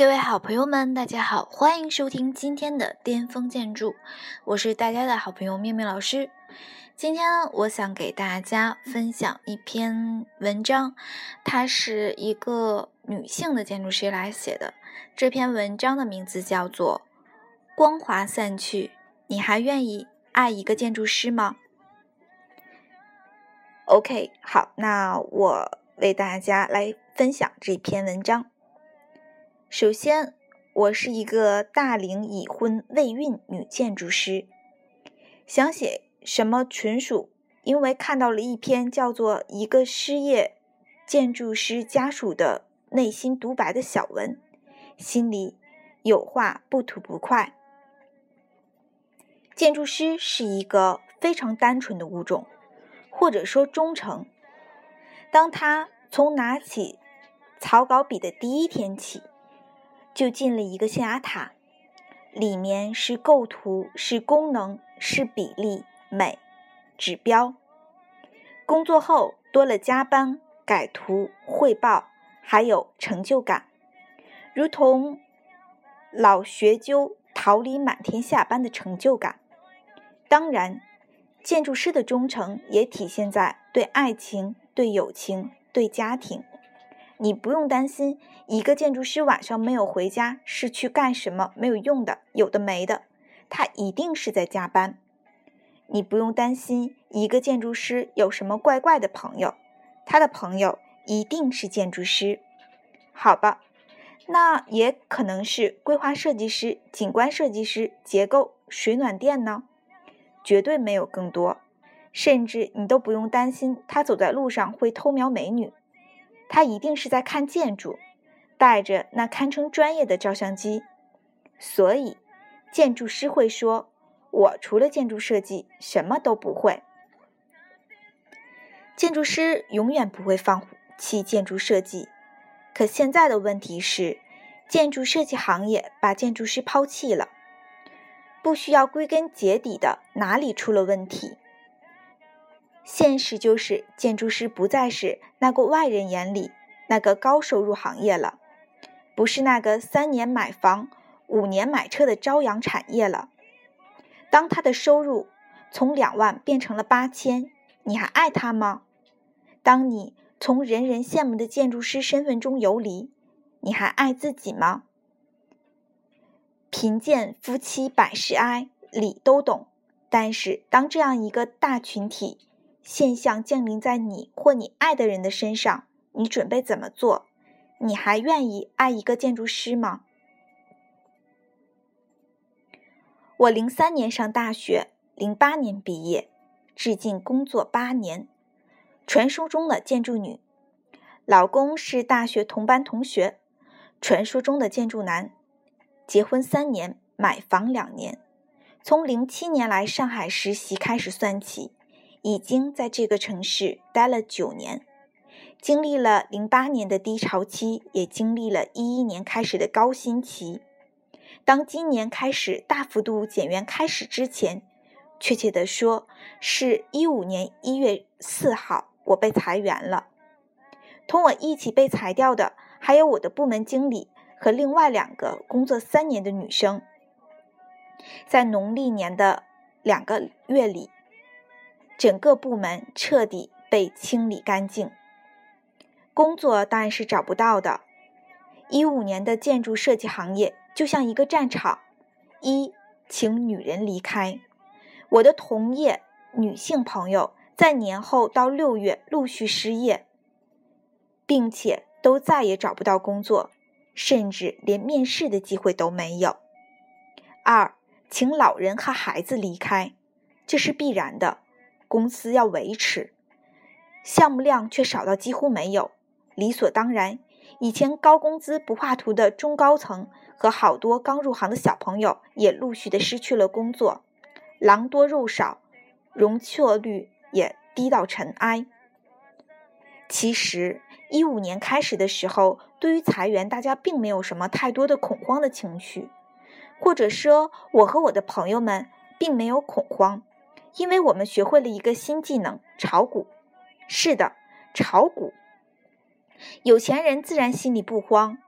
各位好朋友们，大家好，欢迎收听今天的巅峰建筑，我是大家的好朋友面面老师。今天呢，我想给大家分享一篇文章，它是一个女性的建筑师来写的。这篇文章的名字叫做《光华散去，你还愿意爱一个建筑师吗》？OK， 好，那我为大家来分享这篇文章。首先，我是一个大龄已婚未孕女建筑师，想写什么纯属因为看到了一篇叫做《一个失业建筑师家属的内心独白》的小文，心里有话不吐不快。建筑师是一个非常单纯的物种，或者说忠诚。当他从拿起草稿笔的第一天起，就进了一个象牙塔，里面是构图，是功能，是比例、美、指标。工作后多了加班、改图、汇报，还有成就感，如同老学究桃李满天下般的成就感。当然，建筑师的忠诚也体现在对爱情、对友情、对家庭。你不用担心一个建筑师晚上没有回家是去干什么没有用的，有的没的，他一定是在加班。你不用担心一个建筑师有什么怪怪的朋友，他的朋友一定是建筑师。好吧，那也可能是规划设计师、景观设计师、结构、水暖电呢，绝对没有更多。甚至你都不用担心他走在路上会偷瞄美女，他一定是在看建筑，带着那堪称专业的照相机。所以建筑师会说，我除了建筑设计什么都不会。建筑师永远不会放弃建筑设计，可现在的问题是，建筑设计行业把建筑师抛弃了，不需要归根结底的哪里出了问题。现实就是建筑师不再是那个外人眼里那个高收入行业了，不是那个3年买房5年买车的朝阳产业了。当他的收入从2万变成了8000，你还爱他吗？当你从人人羡慕的建筑师身份中游离，你还爱自己吗？贫贱夫妻百事哀，理都懂，但是当这样一个大群体现象降临在你或你爱的人的身上，你准备怎么做？你还愿意爱一个建筑师吗？我03年上大学，08年毕业，至今工作8年。传说中的建筑女，老公是大学同班同学，传说中的建筑男，结婚3年，买房2年。从07年来上海实习开始算起，已经在这个城市待了9年，经历了08年的低潮期，也经历了11年开始的高薪期。当今年开始大幅度减员开始之前，确切地说是15年1月4号，我被裁员了。同我一起被裁掉的还有我的部门经理和另外2个工作3年的女生。在农历年的2个月里，整个部门彻底被清理干净，工作当然是找不到的。15年的建筑设计行业就像一个战场，请女人离开。我的同业女性朋友在年后到6月陆续失业，并且都再也找不到工作，甚至连面试的机会都没有。2，请老人和孩子离开，这是必然的，公司要维持，项目量却少到几乎没有，理所当然。以前高工资不画图的中高层和好多刚入行的小朋友也陆续的失去了工作，狼多肉少，容错率也低到尘埃。其实15年开始的时候，对于裁员大家并没有什么太多的恐慌的情绪，或者说我和我的朋友们并没有恐慌，因为我们学会了一个新技能，炒股。是的，炒股。有钱人自然心里不慌，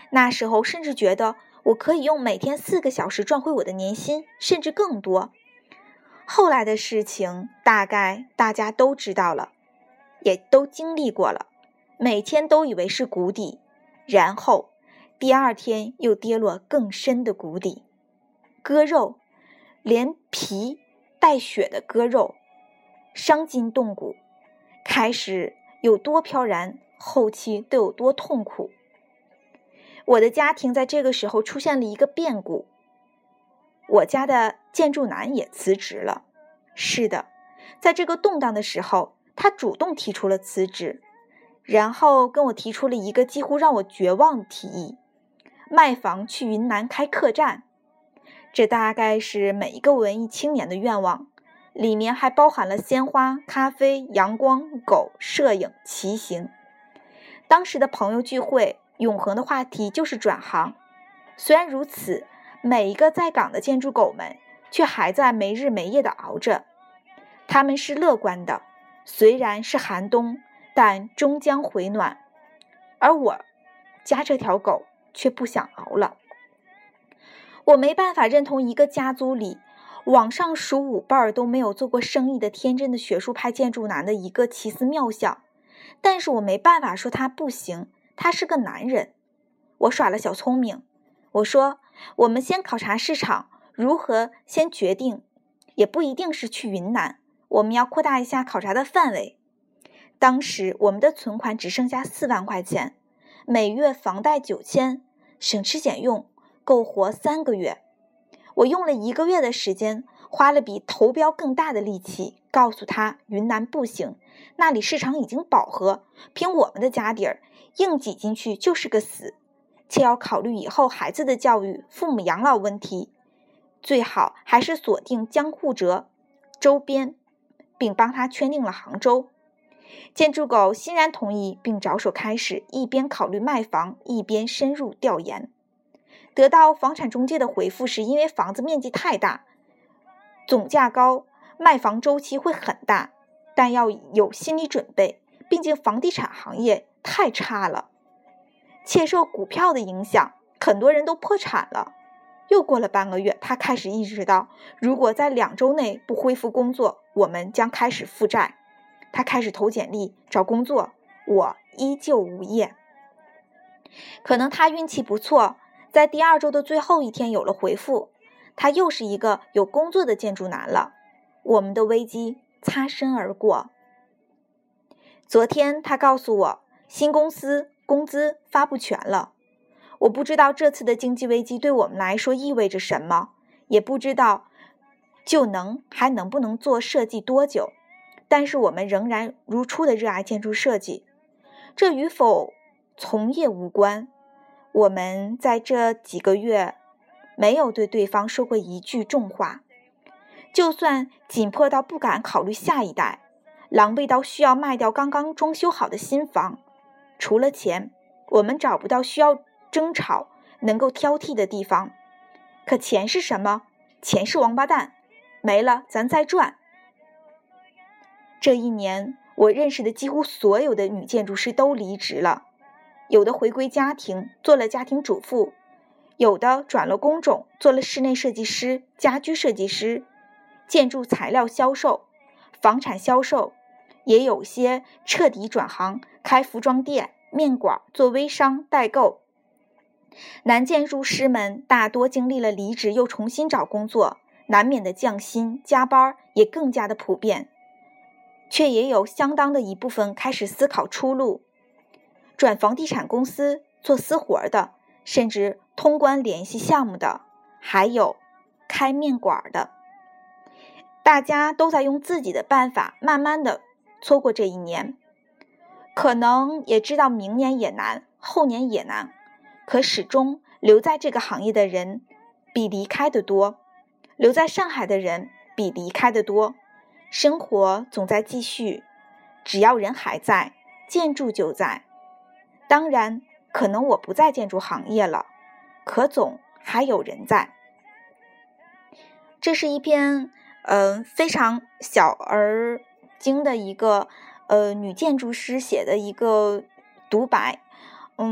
那时候甚至觉得我可以用每天4个小时赚回我的年薪，甚至更多。后来的事情大概大家都知道了，也都经历过了，每天都以为是谷底，然后第2天又跌落更深的谷底。割肉，连皮带血的割肉，伤筋动骨，开始有多飘然，后期都有多痛苦。我的家庭在这个时候出现了一个变故，我家的建筑男也辞职了。是的，在这个动荡的时候，他主动提出了辞职，然后跟我提出了一个几乎让我绝望的提议：卖房去云南开客栈。这大概是每一个文艺青年的愿望，里面还包含了鲜花、咖啡、阳光、狗、摄影、骑行。当时的朋友聚会，永恒的话题就是转行。虽然如此，每一个在岗的建筑狗们却还在没日没夜地熬着。他们是乐观的，虽然是寒冬，但终将回暖。而我家这条狗却不想熬了。我没办法认同一个家族里往上数5辈都没有做过生意的天真的学术派建筑男的一个奇思妙想，但是我没办法说他不行，他是个男人。我耍了小聪明，我说我们先考察市场，如何先决定，也不一定是去云南，我们要扩大一下考察的范围。当时我们的存款只剩下4万块钱，每月房贷9000，省吃俭用够活3个月。我用了1个月的时间，花了比投标更大的力气，告诉他云南不行，那里市场已经饱和，凭我们的家底儿，硬挤进去就是个死，且要考虑以后孩子的教育、父母养老问题，最好还是锁定江沪浙周边，并帮他圈定了杭州。建筑狗欣然同意，并着手开始一边考虑卖房，一边深入调研。得到房产中介的回复是因为房子面积太大，总价高，卖房周期会很大，但要有心理准备，毕竟房地产行业太差了，且受股票的影响，很多人都破产了。又过了半个月，他开始意识到，如果在2周内不恢复工作，我们将开始负债。他开始投简历找工作，我依旧无业。可能他运气不错，在第2周的最后一天有了回复，他又是一个有工作的建筑男了。我们的危机擦身而过。昨天他告诉我，新公司工资发不全了。我不知道这次的经济危机对我们来说意味着什么，也不知道还能不能做设计多久，但是我们仍然如初的热爱建筑设计，这与否从业无关。我们在这几个月没有对对方说过一句重话，就算紧迫到不敢考虑下一代，狼狈到需要卖掉刚刚装修好的新房，除了钱，我们找不到需要争吵能够挑剔的地方。可钱是什么？钱是王八蛋，没了咱再赚。这1年，我认识的几乎所有的女建筑师都离职了，有的回归家庭，做了家庭主妇，有的转了工种，做了室内设计师、家居设计师、建筑材料销售、房产销售，也有些彻底转行，开服装店、面馆，做微商代购。男建筑师们大多经历了离职又重新找工作，难免的降薪、加班也更加的普遍，却也有相当的一部分开始思考出路，转房地产公司做私活的，甚至通关联系项目的，还有开面馆的。大家都在用自己的办法慢慢的错过这1年，可能也知道明年也难，后年也难，可始终留在这个行业的人比离开的多，留在上海的人比离开的多。生活总在继续，只要人还在，建筑就在。当然，可能我不在建筑行业了，可总还有人在。这是一篇非常小而精的一个女建筑师写的一个独白。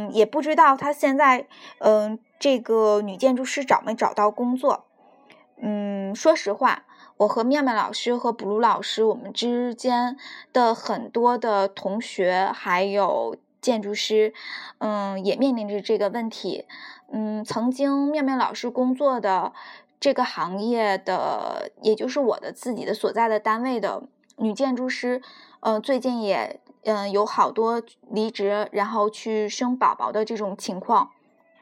也不知道她现在这个女建筑师找没找到工作。说实话，我和妙妙老师和补录老师，我们之间的很多的同学还有建筑师，也面临着这个问题。曾经妙妙老师工作的这个行业的，也就是我的自己的所在的单位的女建筑师，最近也有好多离职，然后去生宝宝的这种情况。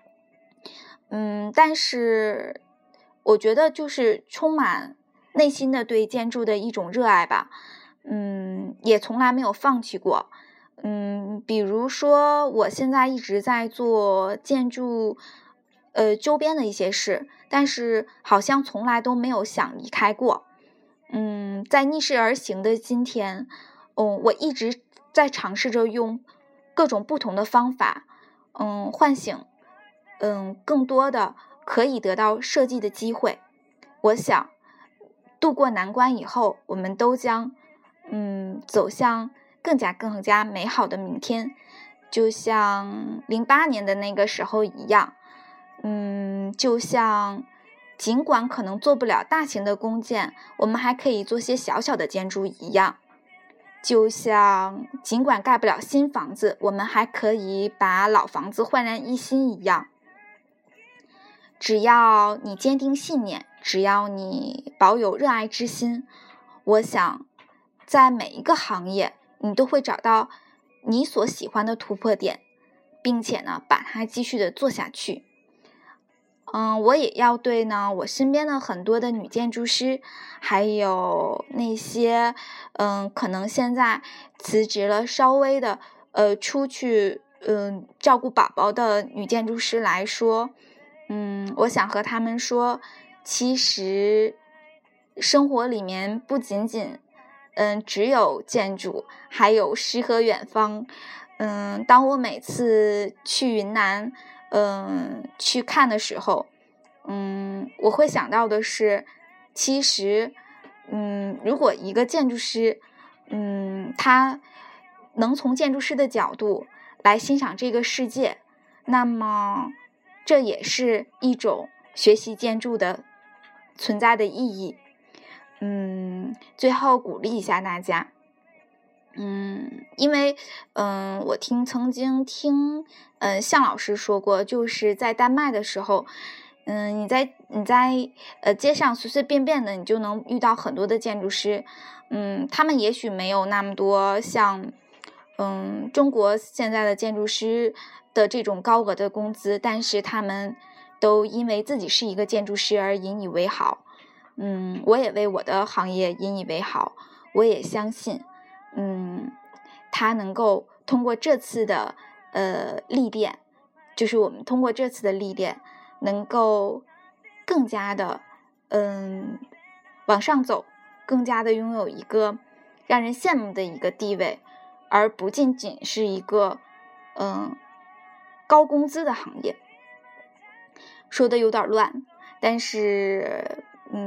但是我觉得就是充满内心的对建筑的一种热爱吧，也从来没有放弃过。比如说我现在一直在做建筑周边的一些事，但是好像从来都没有想离开过。在逆势而行的今天，我一直在尝试着用各种不同的方法，唤醒更多的可以得到设计的机会。我想度过难关以后，我们都将走向更加美好的明天，就像08年的那个时候一样。就像尽管可能做不了大型的工建，我们还可以做些小小的建筑一样。就像尽管盖不了新房子，我们还可以把老房子焕然一新一样。只要你坚定信念，只要你保有热爱之心，我想在每一个行业你都会找到你所喜欢的突破点，并且呢把它继续的做下去。我也要对呢我身边的很多的女建筑师，还有那些可能现在辞职了稍微的出去照顾宝宝的女建筑师来说，我想和他们说，其实生活里面不仅仅只有建筑，还有诗和远方。当我每次去云南去看的时候，我会想到的是，其实如果一个建筑师他能从建筑师的角度来欣赏这个世界，那么这也是一种学习建筑的存在的意义。最后鼓励一下大家，因为我曾经听向老师说过，就是在丹麦的时候，你在街上随随便便的你就能遇到很多的建筑师。他们也许没有那么多像中国现在的建筑师的这种高额的工资，但是他们都因为自己是一个建筑师而引以为豪。我也为我的行业引以为豪，我也相信他能够通过这次的历练，就是我们通过这次的历练能够更加的往上走，更加的拥有一个让人羡慕的一个地位，而不仅仅是一个高工资的行业。说的有点乱，但是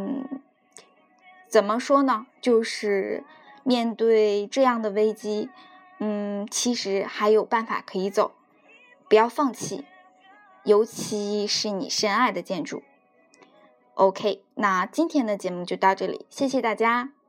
怎么说呢，就是面对这样的危机，其实还有办法可以走，不要放弃，尤其是你深爱的建筑。OK， 那今天的节目就到这里，谢谢大家。